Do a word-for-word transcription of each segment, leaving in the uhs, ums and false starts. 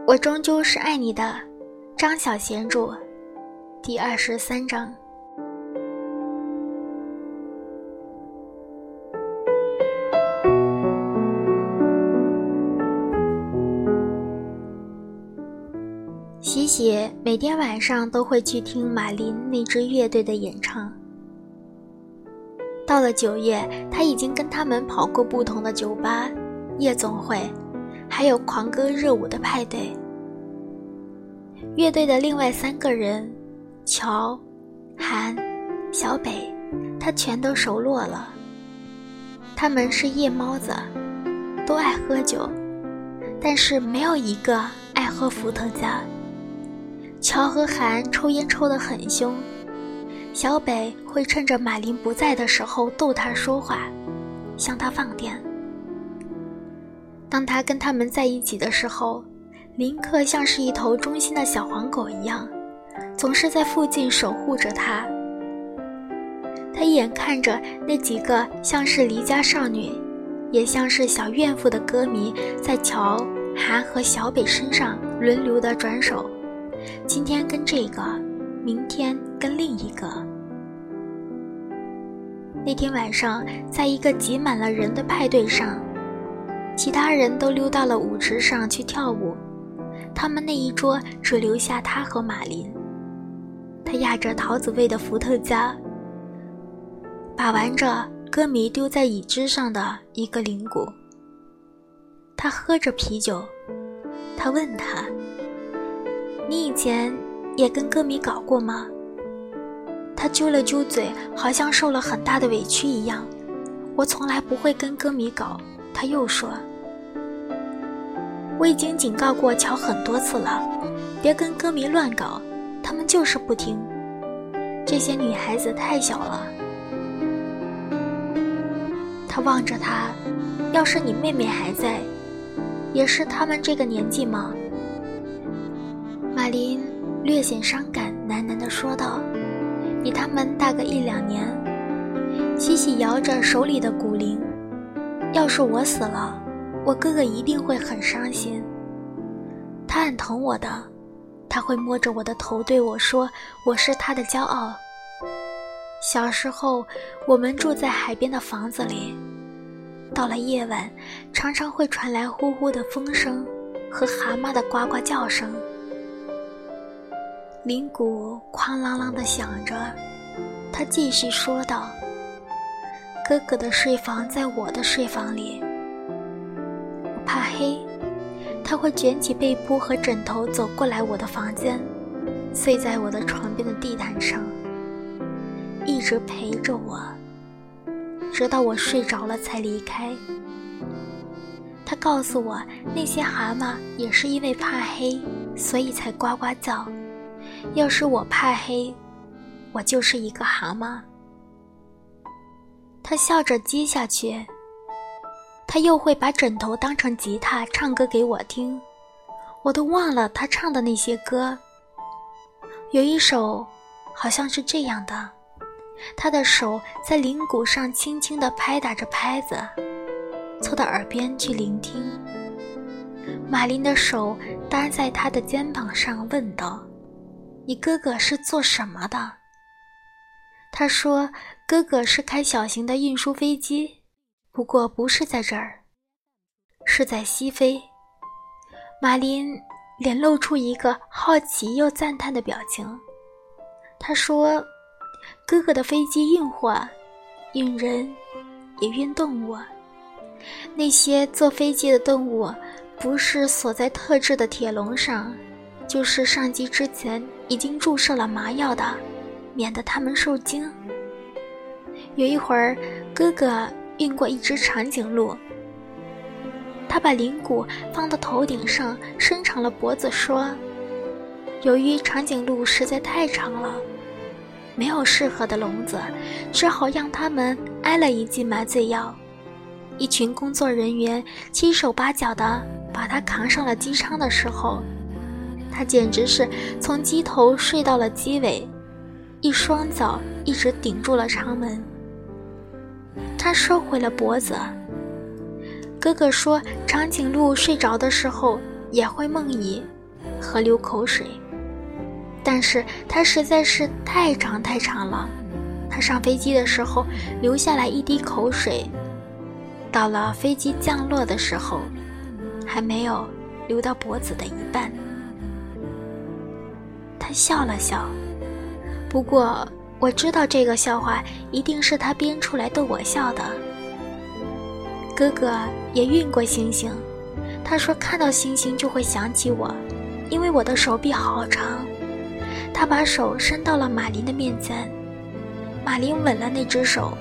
我终究是爱你的，张小娴著，第二十三章。喜喜每天晚上都会去听马林那支乐队的演唱。到了九月，他已经跟他们跑过不同的酒吧、夜总会，还有狂歌热舞的派对。乐队的另外三个人，乔、韩、小北，他全都熟络了。他们是夜猫子，都爱喝酒，但是没有一个爱喝伏特加。乔和韩抽烟抽得很凶，小北会趁着马林不在的时候逗他说话，向他放电。当他跟他们在一起的时候，林克像是一头忠心的小黄狗一样，总是在附近守护着他。他眼看着那几个像是离家少女，也像是小怨妇的歌迷，在乔、韩和小北身上轮流的转手，今天跟这个，明天跟另一个。那天晚上，在一个挤满了人的派对上，其他人都溜到了舞池上去跳舞，他们那一桌只留下他和马林。他压着桃子味的伏特加，把玩着歌迷丢在椅子上的一个铃鼓。他喝着啤酒，他问他，你以前也跟歌迷搞过吗？他揪了揪嘴，好像受了很大的委屈一样。我从来不会跟歌迷搞。他又说，我已经警告过乔很多次了，别跟歌迷乱搞，他们就是不听。这些女孩子太小了。他望着她，要是你妹妹还在，也是他们这个年纪吗？马林略显伤感，喃喃地说道，比他们大个一两年。喜喜摇着手里的鼓铃，要是我死了，我哥哥一定会很伤心。他很疼我的，他会摸着我的头对我说，我是他的骄傲。小时候，我们住在海边的房子里，到了夜晚，常常会传来呼呼的风声和蛤蟆的呱呱叫声。铃鼓哐啷啷地响着，他继续说道，哥哥的睡房在我的睡房里，我怕黑，他会卷起被铺和枕头走过来我的房间，睡在我的床边的地毯上，一直陪着我，直到我睡着了才离开。他告诉我，那些蛤蟆也是因为怕黑，所以才呱呱叫。要是我怕黑，我就是一个蛤蟆。他笑着接下去，他又会把枕头当成吉他唱歌给我听，我都忘了他唱的那些歌。有一首好像是这样的，他的手在铃鼓上轻轻地拍打着拍子，凑到耳边去聆听。马林的手搭在他的肩膀上问道，你哥哥是做什么的？他说，哥哥是开小型的运输飞机，不过不是在这儿，是在西非。马林脸露出一个好奇又赞叹的表情。他说，哥哥的飞机运货，运人，也运动物。那些坐飞机的动物不是锁在特制的铁笼上，就是上机之前已经注射了麻药的，免得他们受惊。有一会儿，哥哥运过一只长颈鹿，他把铃鼓放到头顶上，伸长了脖子说，由于长颈鹿实在太长了，没有适合的笼子，只好让他们挨了一剂麻醉药。一群工作人员七手八脚地把他扛上了机舱的时候，他简直是从机头睡到了机尾，一双脚一直顶住了舱门。他收回了脖子。哥哥说，长颈鹿睡着的时候也会梦遗和流口水，但是它实在是太长太长了。他上飞机的时候流下来一滴口水，到了飞机降落的时候，还没有流到脖子的一半。他笑了笑，不过我知道这个笑话一定是他编出来逗我笑的。哥哥也运过星星，他说看到星星就会想起我，因为我的手臂好长。他把手伸到了马林的面前，马林吻了那只手。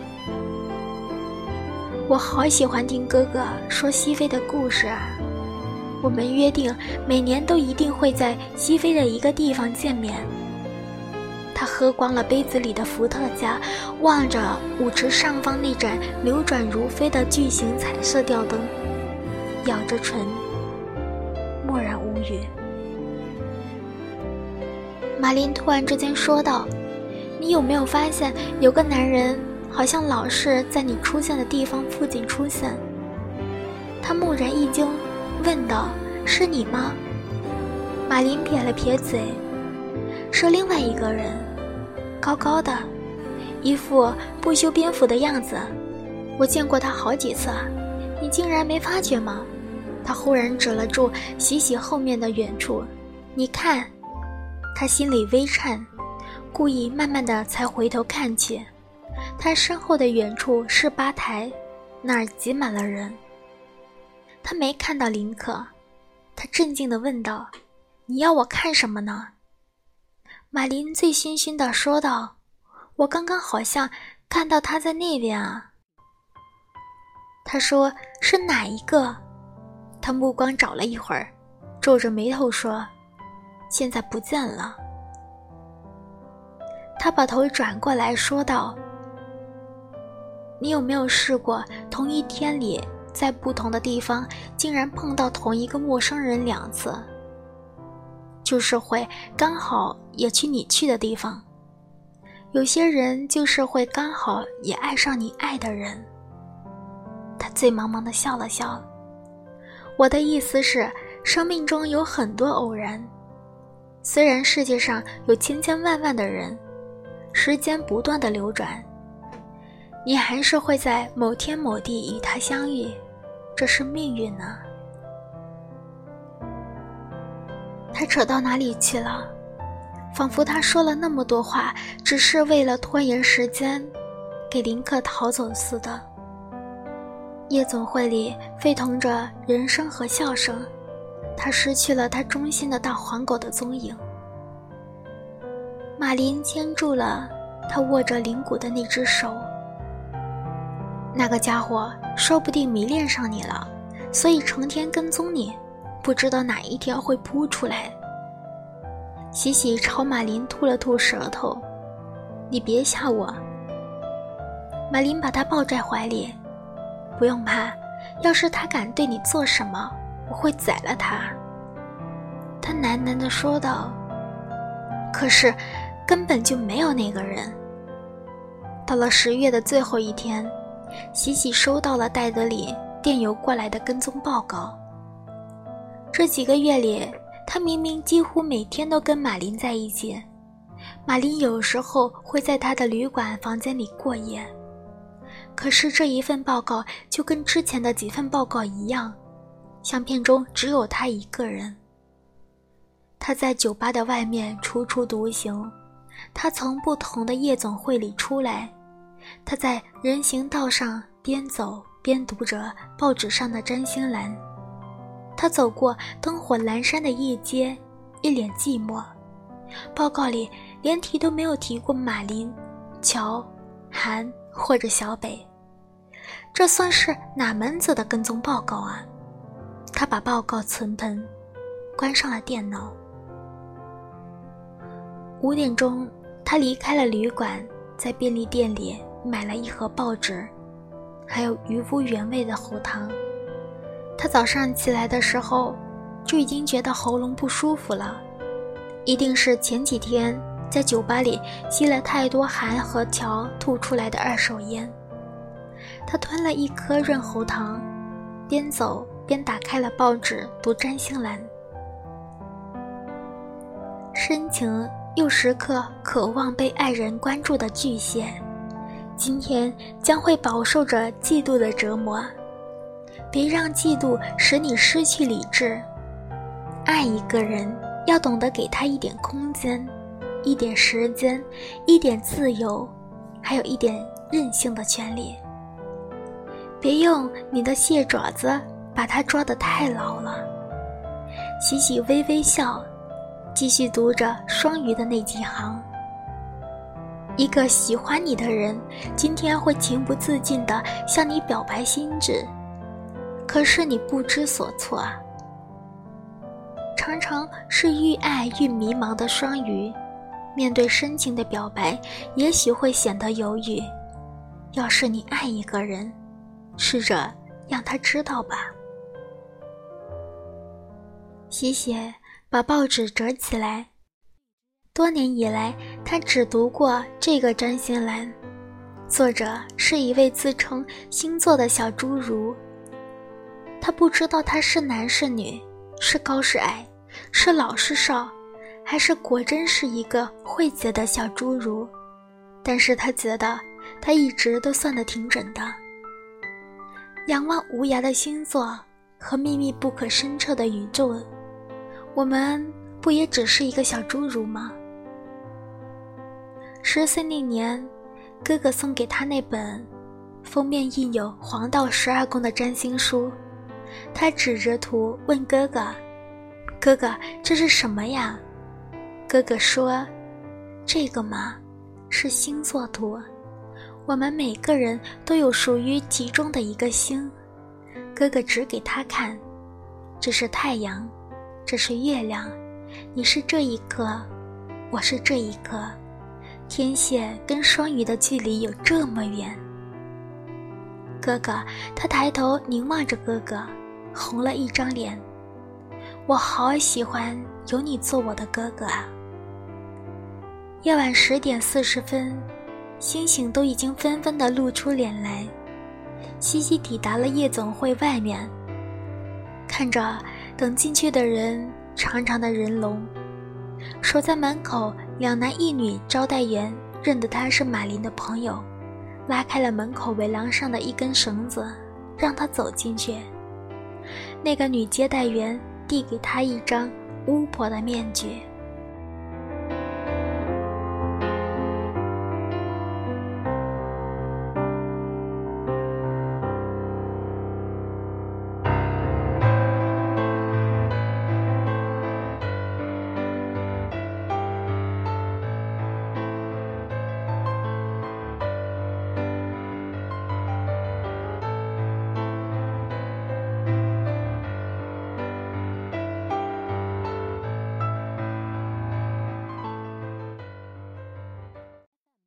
我好喜欢听哥哥说西非的故事啊！我们约定每年都一定会在西非的一个地方见面。他喝光了杯子里的伏特加，望着舞池上方那盏流转如飞的巨型彩色吊灯，咬着唇，默然无语。马林突然之间说道，你有没有发现有个男人好像老是在你出现的地方附近出现？他蓦然一惊，问道，是你吗？马林撇了撇嘴，是另外一个人，高高的，一副不修边幅的样子，我见过他好几次，你竟然没发觉吗？他忽然指了住喜喜后面的远处，你看。他心里微颤，故意慢慢的才回头看去，他身后的远处是吧台，那儿挤满了人。他没看到林克，他镇静地问道，你要我看什么呢？马林醉醺醺地说道，我刚刚好像看到他在那边啊。他说，是哪一个？他目光找了一会儿，皱着眉头说，现在不见了。他把头转过来说道，你有没有试过同一天里在不同的地方竟然碰到同一个陌生人两次，就是会刚好也去你去的地方。有些人就是会刚好也爱上你爱的人。他醉茫茫地笑了笑，我的意思是，生命中有很多偶然，虽然世界上有千千万万的人，时间不断地流转，你还是会在某天某地与他相遇，这是命运呢。他扯到哪里去了？仿佛他说了那么多话，只是为了拖延时间，给林克逃走似的。夜总会里沸腾着人声和笑声，他失去了他忠心的大黄狗的踪影。马林牵住了他握着铃鼓的那只手。那个家伙说不定迷恋上你了，所以成天跟踪你，不知道哪一条会扑出来。喜喜朝马林吐了吐舌头，你别吓我。马林把他抱在怀里，不用怕，要是他敢对你做什么，我会宰了他。他喃喃地说道，可是根本就没有那个人。到了十月的最后一天，喜喜收到了戴德里电邮过来的跟踪报告。这几个月里，他明明几乎每天都跟马林在一起，马林有时候会在他的旅馆房间里过夜。可是这一份报告就跟之前的几份报告一样，相片中只有他一个人。他在酒吧的外面处处独行，他从不同的夜总会里出来，他在人行道上边走边读着报纸上的占星栏。他走过灯火阑珊的夜街，一脸寂寞。报告里连提都没有提过马林、乔、韩或者小北。这算是哪门子的跟踪报告啊？他把报告存盆，关上了电脑。五点钟，他离开了旅馆，在便利店里买了一盒报纸，还有渔夫原味的喉糖。他早上起来的时候就已经觉得喉咙不舒服了，一定是前几天在酒吧里吸了太多韩和乔吐出来的二手烟。他吞了一颗润喉糖，边走边打开了报纸读占星栏。 深情又时刻渴望被爱人关注的巨蟹，今天将会饱受着嫉妒的折磨。别让嫉妒使你失去理智。爱一个人，要懂得给他一点空间，一点时间，一点自由，还有一点任性的权利。别用你的蟹爪子把他抓得太牢了。喜喜微微笑，继续读着双鱼的那几行。一个喜欢你的人，今天会情不自禁地向你表白心志，可是你不知所措。常常是愈爱愈迷茫的双鱼，面对深情的表白，也许会显得犹豫。要是你爱一个人，试着让他知道吧。喜喜把报纸折起来，多年以来他只读过这个占星栏，作者是一位自称星座的小侏儒。他不知道他是男是女，是高是矮，是老是少，还是果真是一个会解的小侏儒，但是他觉得他一直都算得挺准的。仰望无涯的星座和秘密不可深彻的宇宙，我们不也只是一个小侏儒吗？十岁那年，哥哥送给他那本封面印有黄道十二宫的占星书，他指着图问哥哥：“哥哥，这是什么呀？”哥哥说：“这个嘛，是星座图。我们每个人都有属于其中的一个星。”哥哥指给他看：“这是太阳，这是月亮，你是这一颗，我是这一颗。天蝎跟双鱼的距离有这么远。”哥哥，他抬头凝望着哥哥，红了一张脸。我好喜欢有你做我的哥哥啊。夜晚十点四十分，星星都已经纷纷地露出脸来。西西抵达了夜总会外面，看着等进去的人，长长的人龙。守在门口两男一女招待员认得他是马林的朋友，拉开了门口围栏上的一根绳子，让他走进去。那个女接待员递给他一张巫婆的面具。